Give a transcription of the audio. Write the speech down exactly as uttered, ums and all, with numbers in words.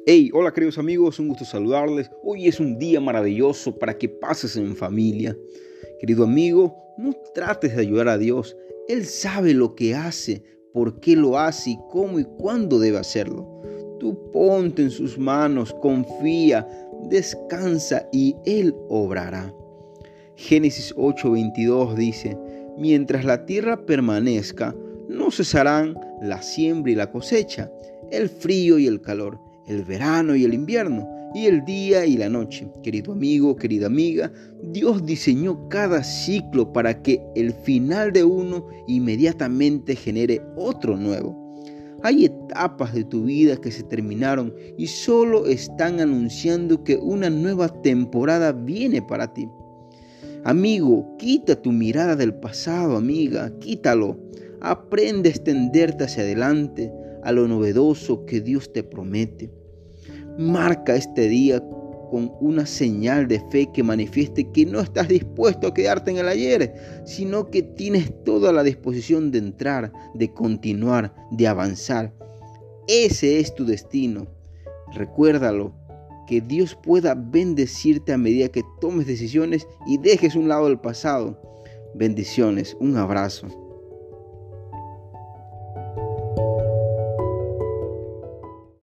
Hey, hola queridos amigos, un gusto saludarles. Hoy es un día maravilloso para que pases en familia. Querido amigo, no trates de ayudar a Dios. Él sabe lo que hace, por qué lo hace y cómo y cuándo debe hacerlo. Tú ponte en sus manos, confía, descansa y Él obrará. Génesis ocho veintidós dice: mientras la tierra permanezca, no cesarán la siembra y la cosecha, el frío y el calor, el verano y el invierno, y el día y la noche. Querido amigo, querida amiga, Dios diseñó cada ciclo para que el final de uno inmediatamente genere otro nuevo. Hay etapas de tu vida que se terminaron y solo están anunciando que una nueva temporada viene para ti. Amigo, quita tu mirada del pasado, amiga, quítalo. Aprende a extenderte hacia adelante, a lo novedoso que Dios te promete. Marca este día con una señal de fe que manifieste que no estás dispuesto a quedarte en el ayer, sino que tienes toda la disposición de entrar, de continuar, de avanzar. Ese es tu destino. Recuérdalo. Que Dios pueda bendecirte a medida que tomes decisiones y dejes a un lado el pasado. Bendiciones, un abrazo.